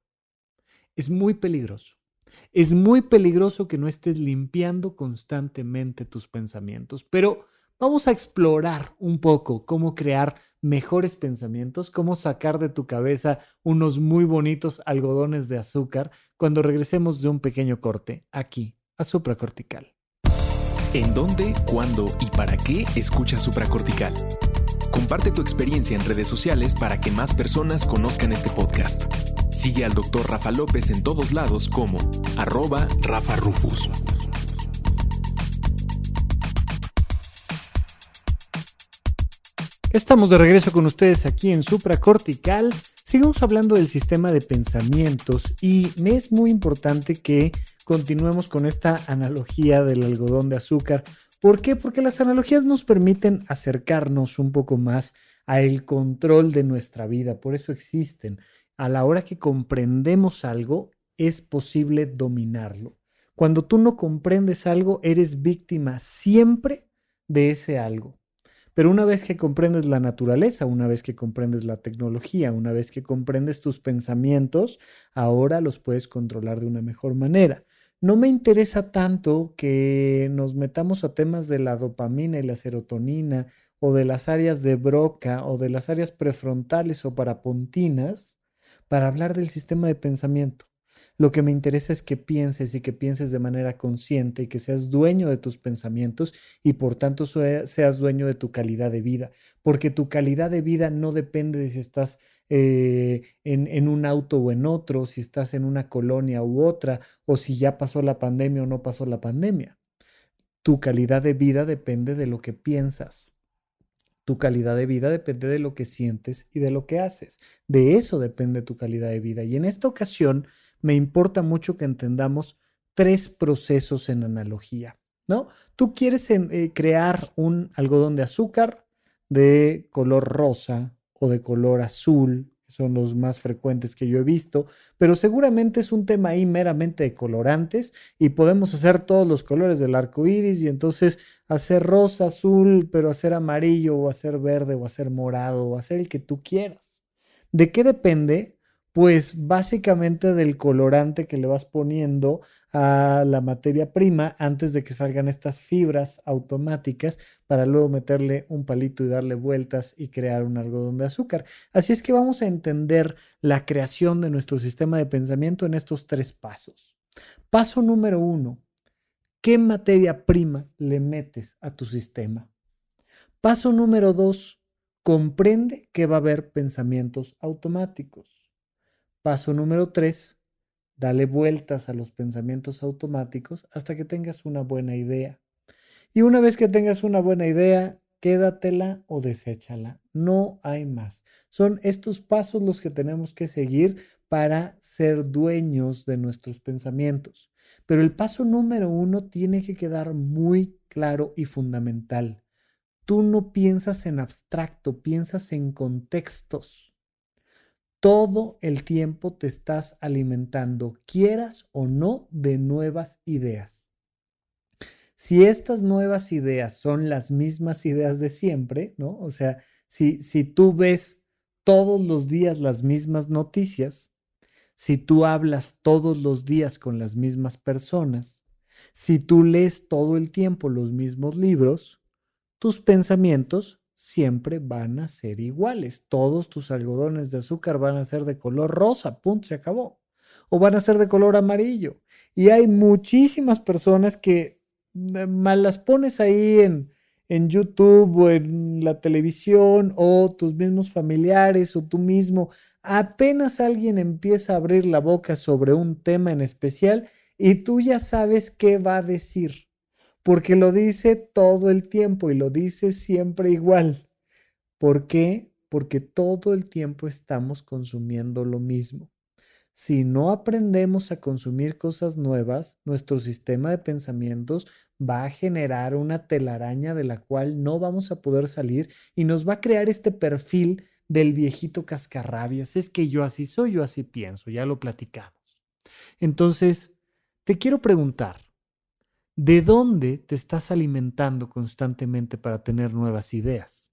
S3: Es muy peligroso. Es muy peligroso que no estés limpiando constantemente tus pensamientos, pero vamos a explorar un poco cómo crear mejores pensamientos, cómo sacar de tu cabeza unos muy bonitos algodones de azúcar cuando regresemos de un pequeño corte aquí a Supracortical.
S4: ¿En dónde, cuándo y para qué escuchas Supracortical? Comparte tu experiencia en redes sociales para que más personas conozcan este podcast. Sigue al doctor Rafa López en todos lados como arroba Rafa Rufus.
S3: Estamos de regreso con ustedes aquí en Supracortical. Sigamos hablando del sistema de pensamientos y me es muy importante que continuemos con esta analogía del algodón de azúcar. ¿Por qué? Porque las analogías nos permiten acercarnos un poco más al control de nuestra vida. Por eso existen. A la hora que comprendemos algo, es posible dominarlo. Cuando tú no comprendes algo, eres víctima siempre de ese algo. Pero una vez que comprendes la naturaleza, una vez que comprendes la tecnología, una vez que comprendes tus pensamientos, ahora los puedes controlar de una mejor manera. No me interesa tanto que nos metamos a temas de la dopamina y la serotonina o de las áreas de Broca o de las áreas prefrontales o parapontinas para hablar del sistema de pensamiento. Lo que me interesa es que pienses y que pienses de manera consciente y que seas dueño de tus pensamientos y por tanto seas dueño de tu calidad de vida, porque tu calidad de vida no depende de si estás eh, en, en un auto o en otro, si estás en una colonia u otra, o si ya pasó la pandemia o no pasó la pandemia. Tu calidad de vida depende de lo que piensas. Tu calidad de vida depende de lo que sientes y de lo que haces. De eso depende tu calidad de vida. Y en esta ocasión me importa mucho que entendamos tres procesos en analogía, ¿no? Tú quieres eh, crear un algodón de azúcar de color rosa o de color azul, que son los más frecuentes que yo he visto, pero seguramente es un tema ahí meramente de colorantes y podemos hacer todos los colores del arco iris y entonces hacer rosa, azul, pero hacer amarillo o hacer verde o hacer morado o hacer el que tú quieras. ¿De qué depende? Pues básicamente del colorante que le vas poniendo a la materia prima antes de que salgan estas fibras automáticas para luego meterle un palito y darle vueltas y crear un algodón de azúcar. Así es que vamos a entender la creación de nuestro sistema de pensamiento en estos tres pasos. Paso número uno, ¿qué materia prima le metes a tu sistema? Paso número dos, comprende que va a haber pensamientos automáticos. Paso número tres, dale vueltas a los pensamientos automáticos hasta que tengas una buena idea. Y una vez que tengas una buena idea, quédatela o deséchala. No hay más. Son estos pasos los que tenemos que seguir para ser dueños de nuestros pensamientos. Pero el paso número uno tiene que quedar muy claro y fundamental. Tú no piensas en abstracto, piensas en contextos. Todo el tiempo te estás alimentando, quieras o no, de nuevas ideas. Si estas nuevas ideas son las mismas ideas de siempre, ¿no? O sea, si, si tú ves todos los días las mismas noticias, si tú hablas todos los días con las mismas personas, si tú lees todo el tiempo los mismos libros, tus pensamientos siempre van a ser iguales. Todos tus algodones de azúcar van a ser de color rosa, punto, se acabó. O van a ser de color amarillo. Y hay muchísimas personas que mal las pones ahí en, en YouTube o en la televisión o tus mismos familiares o tú mismo. Apenas alguien empieza a abrir la boca sobre un tema en especial y tú ya sabes qué va a decir. Porque lo dice todo el tiempo y lo dice siempre igual. ¿Por qué? Porque todo el tiempo estamos consumiendo lo mismo. Si no aprendemos a consumir cosas nuevas, nuestro sistema de pensamientos va a generar una telaraña de la cual no vamos a poder salir y nos va a crear este perfil del viejito cascarrabias. Es que yo así soy, yo así pienso, ya lo platicamos. Entonces, te quiero preguntar, ¿de dónde te estás alimentando constantemente para tener nuevas ideas?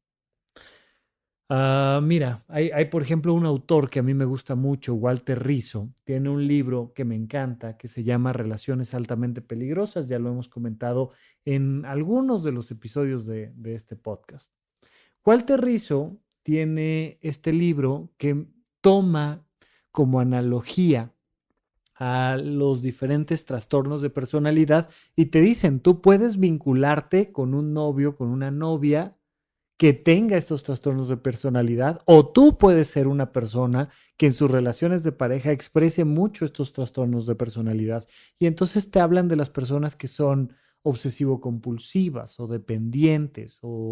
S3: Uh, mira, hay, hay por ejemplo un autor que a mí me gusta mucho, Walter Rizzo, tiene un libro que me encanta que se llama Relaciones altamente peligrosas, ya lo hemos comentado en algunos de los episodios de, de este podcast. Walter Rizzo tiene este libro que toma como analogía a los diferentes trastornos de personalidad y te dicen, tú puedes vincularte con un novio, con una novia que tenga estos trastornos de personalidad o tú puedes ser una persona que en sus relaciones de pareja exprese mucho estos trastornos de personalidad y entonces te hablan de las personas que son obsesivo-compulsivas o dependientes o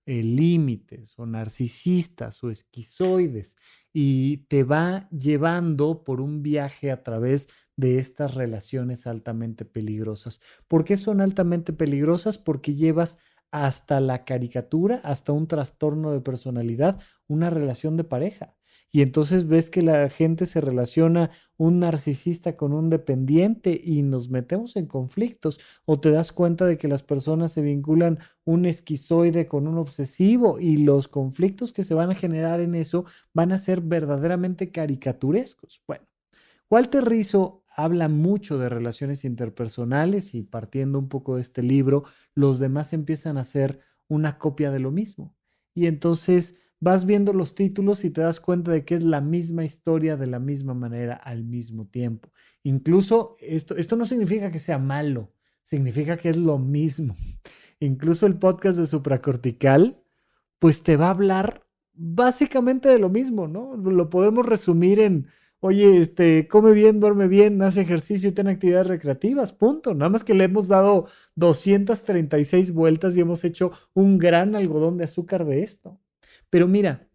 S3: eh, límites o narcisistas o esquizoides y te va llevando por un viaje a través de estas relaciones altamente peligrosas. ¿Por qué son altamente peligrosas? Porque llevas hasta la caricatura, hasta un trastorno de personalidad, una relación de pareja. Y entonces ves que la gente se relaciona un narcisista con un dependiente y nos metemos en conflictos. O te das cuenta de que las personas se vinculan un esquizoide con un obsesivo y los conflictos que se van a generar en eso van a ser verdaderamente caricaturescos. Bueno, Walter Rizzo habla mucho de relaciones interpersonales y partiendo un poco de este libro, los demás empiezan a hacer una copia de lo mismo. Y entonces vas viendo los títulos y te das cuenta de que es la misma historia de la misma manera al mismo tiempo. Incluso esto, esto no significa que sea malo, significa que es lo mismo. Incluso el podcast de Supracortical, pues te va a hablar básicamente de lo mismo, ¿no? Lo podemos resumir en, oye, este, come bien, duerme bien, hace ejercicio y ten actividades recreativas, punto. Nada más que le hemos dado doscientas treinta y seis vueltas y hemos hecho un gran algodón de azúcar de esto. Pero mira,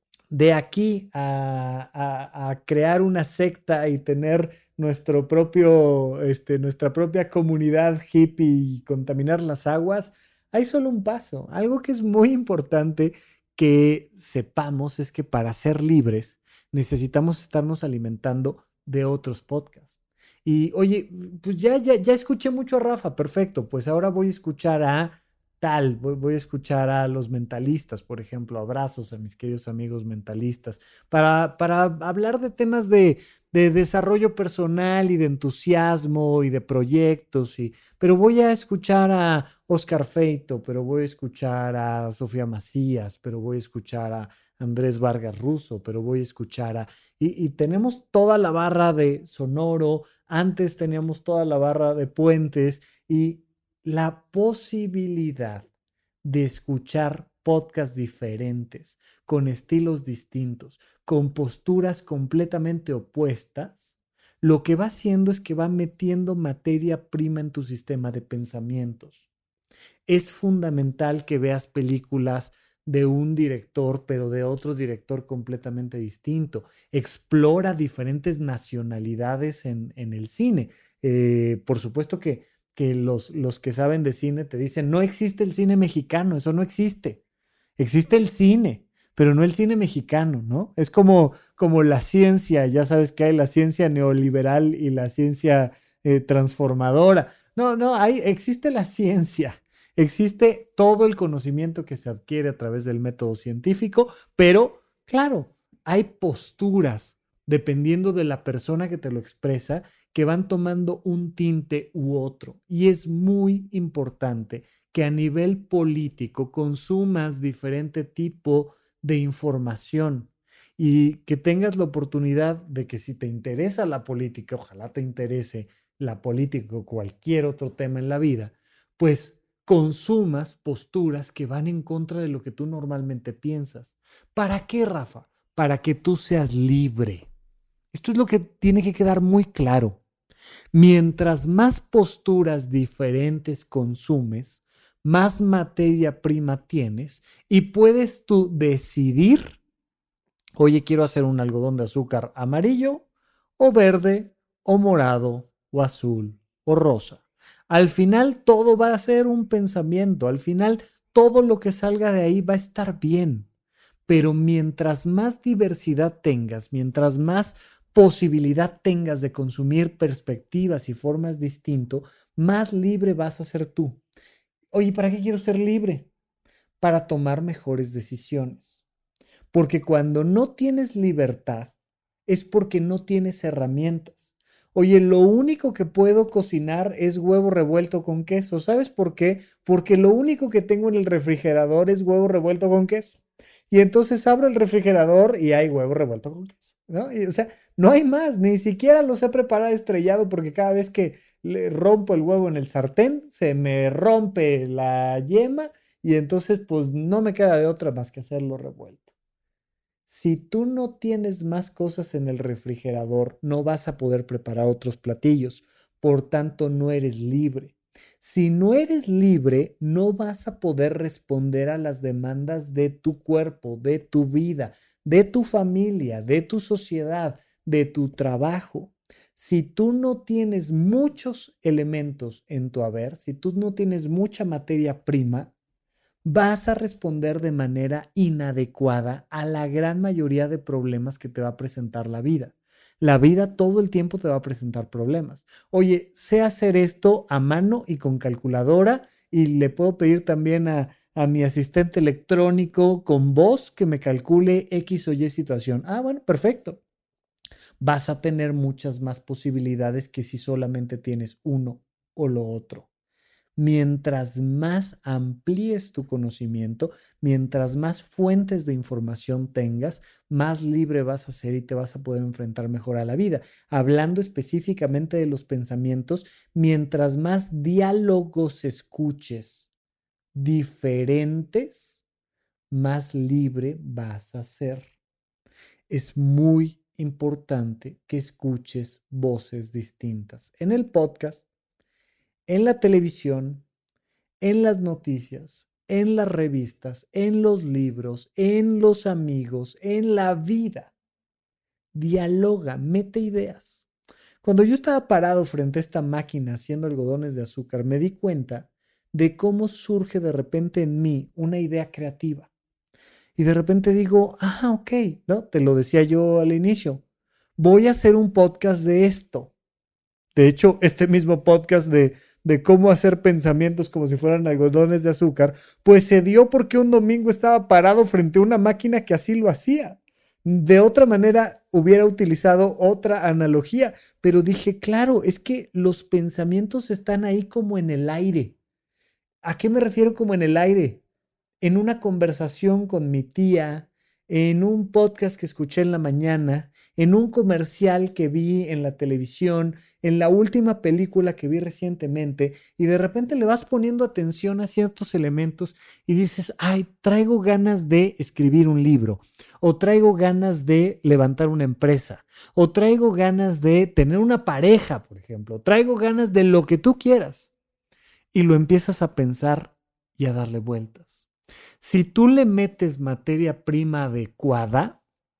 S3: de aquí a, a, a crear una secta y tener nuestro propio, este, nuestra propia comunidad hippie y contaminar las aguas, hay solo un paso. Algo que es muy importante que sepamos es que para ser libres necesitamos estarnos alimentando de otros podcasts. Y oye, pues ya, ya, ya escuché mucho a Rafa, perfecto, pues ahora voy a escuchar a tal, voy, voy a escuchar a los mentalistas, por ejemplo, abrazos a mis queridos amigos mentalistas, para, para hablar de temas de, de desarrollo personal y de entusiasmo y de proyectos, y, pero voy a escuchar a Oscar Feito, pero voy a escuchar a Sofía Macías, pero voy a escuchar a Andrés Vargas Russo, pero voy a escuchar a... Y, y tenemos toda la barra de Sonoro, antes teníamos toda la barra de Puentes y la posibilidad de escuchar podcasts diferentes, con estilos distintos, con posturas completamente opuestas, lo que va haciendo es que va metiendo materia prima en tu sistema de pensamientos. Es fundamental que veas películas de un director, pero de otro director completamente distinto. Explora diferentes nacionalidades en, en el cine. Eh, por supuesto que que los, los que saben de cine te dicen, no existe el cine mexicano, eso no existe. Existe el cine, pero no el cine mexicano, ¿no? Es como, como la ciencia, ya sabes que hay la ciencia neoliberal y la ciencia eh, transformadora. No, no, hay, existe la ciencia, existe todo el conocimiento que se adquiere a través del método científico, pero claro, hay posturas, dependiendo de la persona que te lo expresa, que van tomando un tinte u otro. Y es muy importante que a nivel político consumas diferente tipo de información y que tengas la oportunidad de que si te interesa la política, ojalá te interese la política o cualquier otro tema en la vida, pues consumas posturas que van en contra de lo que tú normalmente piensas. ¿Para qué, Rafa? Para que tú seas libre. Esto es lo que tiene que quedar muy claro. Mientras más posturas diferentes consumes, más materia prima tienes y puedes tú decidir, oye, quiero hacer un algodón de azúcar amarillo o verde o morado o azul o rosa. Al final todo va a ser un pensamiento, al final todo lo que salga de ahí va a estar bien. Pero mientras más diversidad tengas, mientras más posibilidad tengas de consumir perspectivas y formas distintas, más libre vas a ser tú. Oye, ¿para qué quiero ser libre? Para tomar mejores decisiones. Porque cuando no tienes libertad es porque no tienes herramientas. Oye, lo único que puedo cocinar es huevo revuelto con queso. ¿Sabes por qué? Porque lo único que tengo en el refrigerador es huevo revuelto con queso. Y entonces abro el refrigerador y hay huevo revuelto con queso, ¿no? Y, o sea, no hay más, ni siquiera lo sé preparar estrellado porque cada vez que le rompo el huevo en el sartén, se me rompe la yema y entonces pues no me queda de otra más que hacerlo revuelto. Si tú no tienes más cosas en el refrigerador, no vas a poder preparar otros platillos, por tanto no eres libre. Si no eres libre, no vas a poder responder a las demandas de tu cuerpo, de tu vida, de tu familia, de tu sociedad, de tu trabajo. Si tú no tienes muchos elementos en tu haber, si tú no tienes mucha materia prima, vas a responder de manera inadecuada a la gran mayoría de problemas que te va a presentar la vida. La vida todo el tiempo te va a presentar problemas. Oye, sé hacer esto a mano y con calculadora y le puedo pedir también a, a mi asistente electrónico con voz que me calcule X o Y situación. Ah, bueno, perfecto. Vas a tener muchas más posibilidades que si solamente tienes uno o lo otro. Mientras más amplíes tu conocimiento, mientras más fuentes de información tengas, más libre vas a ser y te vas a poder enfrentar mejor a la vida. Hablando específicamente de los pensamientos, mientras más diálogos escuches diferentes, más libre vas a ser. Es muy importante que escuches voces distintas en el podcast, en la televisión, en las noticias, en las revistas, en los libros, en los amigos, en la vida. Dialoga, mete ideas. Cuando yo estaba parado frente a esta máquina haciendo algodones de azúcar, me di cuenta de cómo surge de repente en mí una idea creativa. Y de repente digo, ah, ok, ¿no? Te lo decía yo al inicio. Voy a hacer un podcast de esto. De hecho, este mismo podcast de de cómo hacer pensamientos como si fueran algodones de azúcar, pues se dio porque un domingo estaba parado frente a una máquina que así lo hacía. De otra manera hubiera utilizado otra analogía, pero dije, claro, es que los pensamientos están ahí como en el aire. ¿A qué me refiero como en el aire? En una conversación con mi tía, en un podcast que escuché en la mañana, en un comercial que vi en la televisión, en la última película que vi recientemente, y de repente le vas poniendo atención a ciertos elementos y dices, ay, traigo ganas de escribir un libro, o traigo ganas de levantar una empresa, o traigo ganas de tener una pareja, por ejemplo, traigo ganas de lo que tú quieras, y lo empiezas a pensar y a darle vueltas. Si tú le metes materia prima adecuada,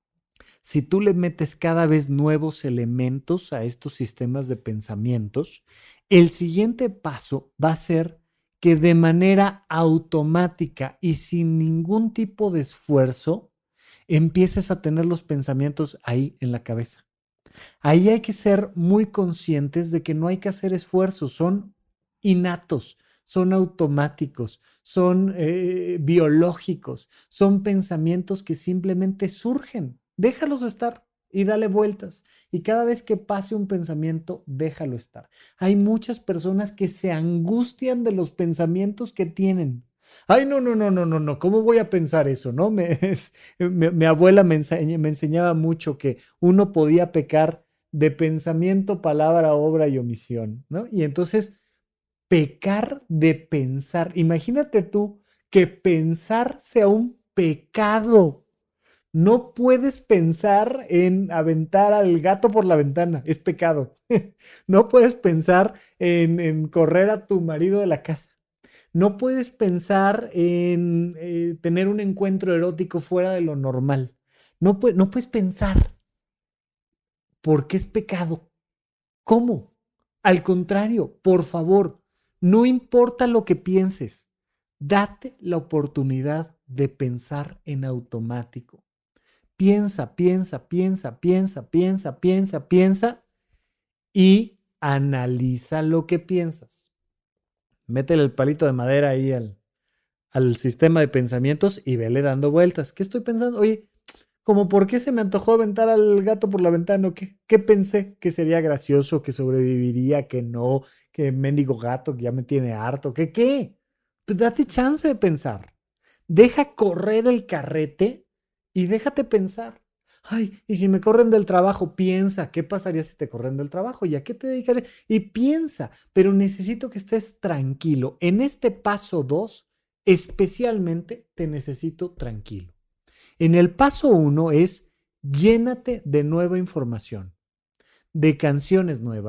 S3: si tú le metes cada vez nuevos elementos a estos sistemas de pensamientos, el siguiente paso va a ser que de manera automática y sin ningún tipo de esfuerzo empieces a tener los pensamientos ahí en la cabeza. Ahí hay que ser muy conscientes de que no hay que hacer esfuerzos, son innatos, son automáticos, son eh, biológicos, son pensamientos que simplemente surgen. Déjalos estar y dale vueltas. Y cada vez que pase un pensamiento, déjalo estar. Hay muchas personas que se angustian de los pensamientos que tienen. Ay, no, no, no, no, no, no. ¿Cómo voy a pensar eso? ¿No? Me, mi, mi abuela me, enseña, me enseñaba mucho que uno podía pecar de pensamiento, palabra, obra y omisión, ¿no? Y entonces, pecar de pensar. Imagínate tú que pensar sea un pecado. No puedes pensar en aventar al gato por la ventana, es pecado. No puedes pensar en, en correr a tu marido de la casa. No puedes pensar en eh, tener un encuentro erótico fuera de lo normal. No, pu- no puedes pensar porque es pecado. ¿Cómo? Al contrario, por favor, no importa lo que pienses, date la oportunidad de pensar en automático. Piensa, piensa, piensa, piensa, piensa, piensa, piensa y analiza lo que piensas. Métele el palito de madera ahí al, al sistema de pensamientos y vele dando vueltas. ¿Qué estoy pensando? Oye, ¿cómo por qué se me antojó aventar al gato por la ventana? ¿Qué, qué pensé? ¿Que sería gracioso? ¿Que sobreviviría? ¿Que no? ¿Que mendigo gato que ya me tiene harto? ¿Qué qué? Pues date chance de pensar. Deja correr el carrete y déjate pensar. Ay, y si me corren del trabajo, piensa, ¿qué pasaría si te corren del trabajo? ¿Y a qué te dedicaré? Y piensa, pero necesito que estés tranquilo. En este paso dos, especialmente te necesito tranquilo. En el paso uno es llénate de nueva información, de canciones nuevas,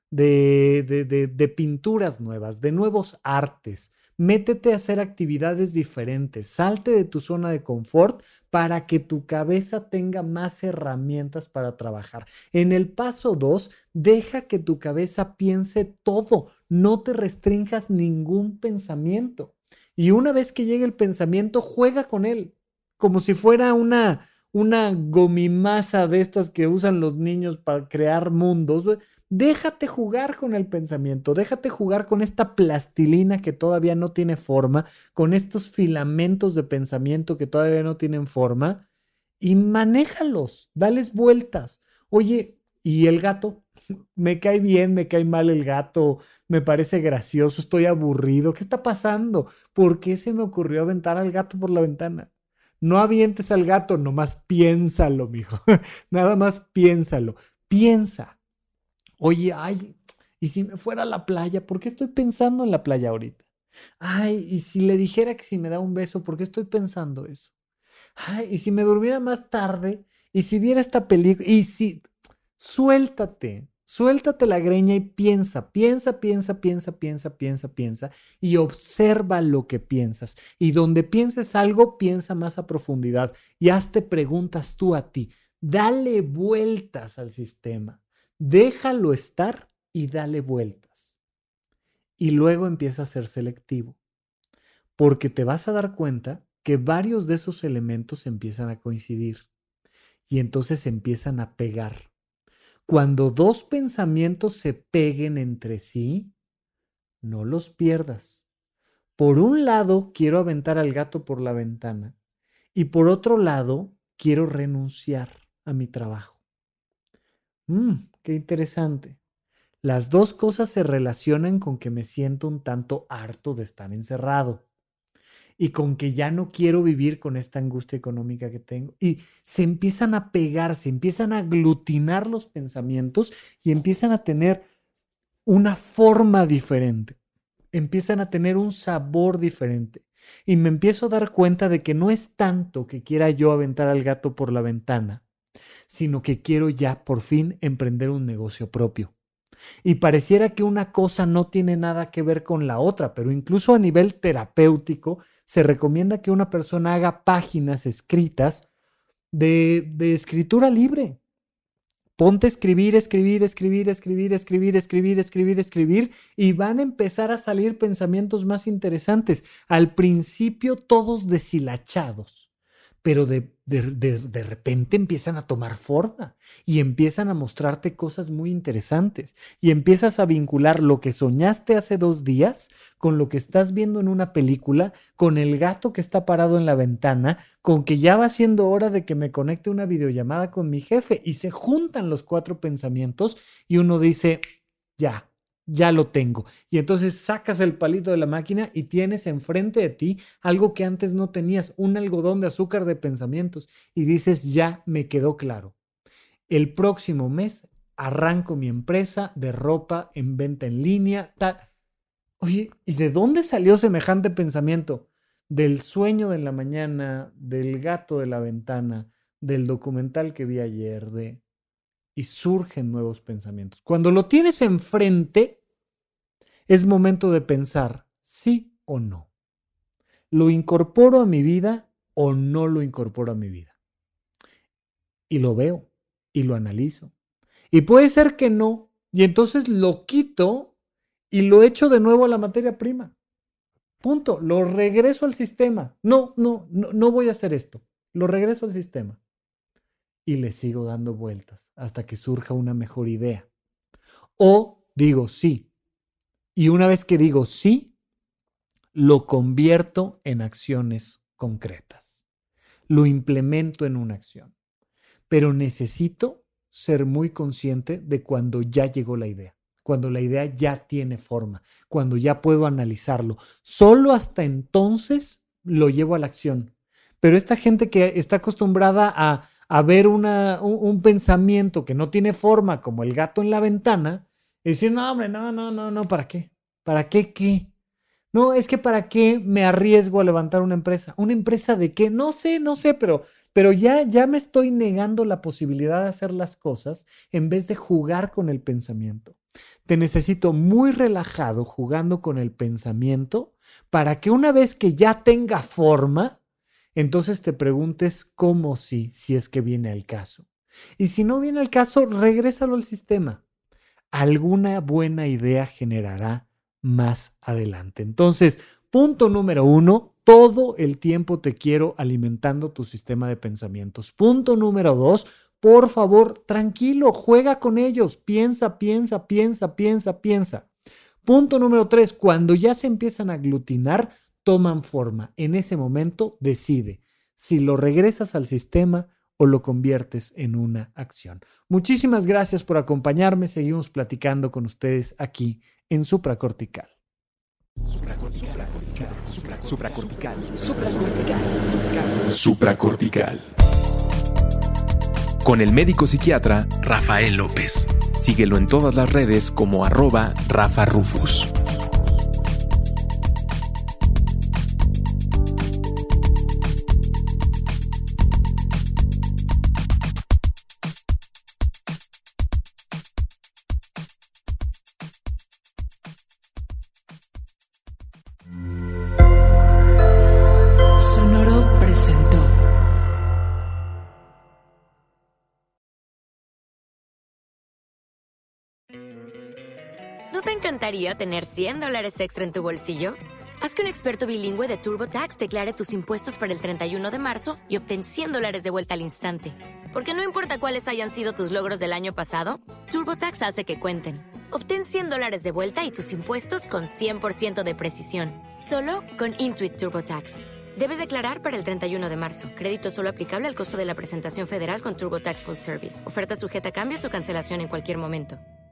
S3: de, de, de, de pinturas nuevas, de nuevos artes. Métete a hacer actividades diferentes, salte de tu zona de confort para que tu cabeza tenga más herramientas para trabajar. En el paso dos, deja que tu cabeza piense todo, no te restrinjas ningún pensamiento. Y una vez que llegue el pensamiento, juega con él, como si fuera una, una gomimasa de estas que usan los niños para crear mundos. Déjate jugar con el pensamiento, déjate jugar con esta plastilina que todavía no tiene forma, con estos filamentos de pensamiento que todavía no tienen forma, y manéjalos, dales vueltas. Oye, ¿y el gato? Me cae bien, me cae mal el gato, me parece gracioso, estoy aburrido. ¿Qué está pasando? ¿Por qué se me ocurrió aventar al gato por la ventana? No avientes al gato, nomás piénsalo, mijo. Nada más piénsalo. Piensa. Oye, ay, ¿y si me fuera a la playa? ¿Por qué estoy pensando en la playa ahorita? Ay, ¿y si le dijera que si me da un beso? ¿Por qué estoy pensando eso? Ay, ¿y si me durmiera más tarde? ¿Y si viera esta película? ¿Y si...? Suéltate, suéltate la greña y piensa, piensa, piensa, piensa, piensa, piensa, piensa y observa lo que piensas. Y donde pienses algo, piensa más a profundidad y hazte preguntas tú a ti. Dale vueltas al sistema. Déjalo estar y dale vueltas. Y luego empieza a ser selectivo, porque te vas a dar cuenta que varios de esos elementos empiezan a coincidir y entonces empiezan a pegar. Cuando dos pensamientos se peguen entre sí, no los pierdas. Por un lado, quiero aventar al gato por la ventana y por otro lado, quiero renunciar a mi trabajo. Mmm, qué interesante. Las dos cosas se relacionan con que me siento un tanto harto de estar encerrado y con que ya no quiero vivir con esta angustia económica que tengo. Y se empiezan a pegar, se empiezan a aglutinar los pensamientos y empiezan a tener una forma diferente. Empiezan a tener un sabor diferente. Y me empiezo a dar cuenta de que no es tanto que quiera yo aventar al gato por la ventana, sino que quiero ya por fin emprender un negocio propio. Y pareciera que una cosa no tiene nada que ver con la otra, pero incluso a nivel terapéutico se recomienda que una persona haga páginas escritas de, de escritura libre. Ponte a escribir, escribir, escribir, escribir, escribir, escribir, escribir, escribir y van a empezar a salir pensamientos más interesantes. Al principio todos deshilachados, pero de, de, de, de repente empiezan a tomar forma y empiezan a mostrarte cosas muy interesantes y empiezas a vincular lo que soñaste hace dos días con lo que estás viendo en una película, con el gato que está parado en la ventana, con que ya va siendo hora de que me conecte una videollamada con mi jefe y se juntan los cuatro pensamientos y uno dice, ya, ya lo tengo. Y entonces sacas el palito de la máquina y tienes enfrente de ti algo que antes no tenías, un algodón de azúcar de pensamientos y dices, ya me quedó claro. El próximo mes arranco mi empresa de ropa en venta en línea, tal. Oye, ¿y de dónde salió semejante pensamiento? Del sueño de la mañana, del gato de la ventana, del documental que vi ayer, de... y surgen nuevos pensamientos. Cuando lo tienes enfrente, es momento de pensar sí o no. ¿Lo incorporo a mi vida o no lo incorporo a mi vida? Y lo veo y lo analizo. Y puede ser que no, y entonces lo quito y lo echo de nuevo a la materia prima. Punto. Lo regreso al sistema. No, no, no, no voy a hacer esto. Lo regreso al sistema. Y le sigo dando vueltas hasta que surja una mejor idea. O digo sí. Y una vez que digo sí, lo convierto en acciones concretas. Lo implemento en una acción. Pero necesito ser muy consciente de cuando ya llegó la idea. Cuando la idea ya tiene forma, cuando ya puedo analizarlo. Solo hasta entonces lo llevo a la acción. Pero esta gente que está acostumbrada a, a ver una, un, un pensamiento que no tiene forma, como el gato en la ventana, y decir, no, hombre, no, no, no, no, ¿para qué? ¿Para qué qué? No, es que ¿para qué me arriesgo a levantar una empresa? ¿Una empresa de qué? No sé, no sé, pero, pero ya, ya me estoy negando la posibilidad de hacer las cosas en vez de jugar con el pensamiento. Te necesito muy relajado, jugando con el pensamiento, para que una vez que ya tenga forma, entonces te preguntes cómo sí, si es que viene al caso. Y si no viene al caso, regrésalo al sistema. Alguna buena idea generará más adelante. Entonces, punto número uno, todo el tiempo te quiero alimentando tu sistema de pensamientos. Punto número dos, por favor, tranquilo, juega con ellos, piensa, piensa, piensa, piensa, piensa. Punto número tres, cuando ya se empiezan a aglutinar, toman forma. En ese momento decide si lo regresas al sistema o lo conviertes en una acción. Muchísimas gracias por acompañarme. Seguimos platicando con ustedes aquí en Supracortical.
S4: Supracortical. Supracortical. Supracortical. Supracortical. Con el médico psiquiatra Rafael López. Síguelo en todas las redes como arroba Rafa Rufus.
S2: Sonoro presentó.
S5: ¿No te encantaría tener cien dólares extra en tu bolsillo? Haz que un experto bilingüe de TurboTax declare tus impuestos para el treinta y uno de marzo y obtén cien dólares de vuelta al instante. Porque no importa cuáles hayan sido tus logros del año pasado, TurboTax hace que cuenten. Obtén cien dólares de vuelta y tus impuestos con cien por ciento de precisión. Solo con Intuit TurboTax. Debes declarar para el treinta y uno de marzo. Crédito solo aplicable al costo de la presentación federal con TurboTax Full Service. Oferta sujeta a cambios o cancelación en cualquier momento.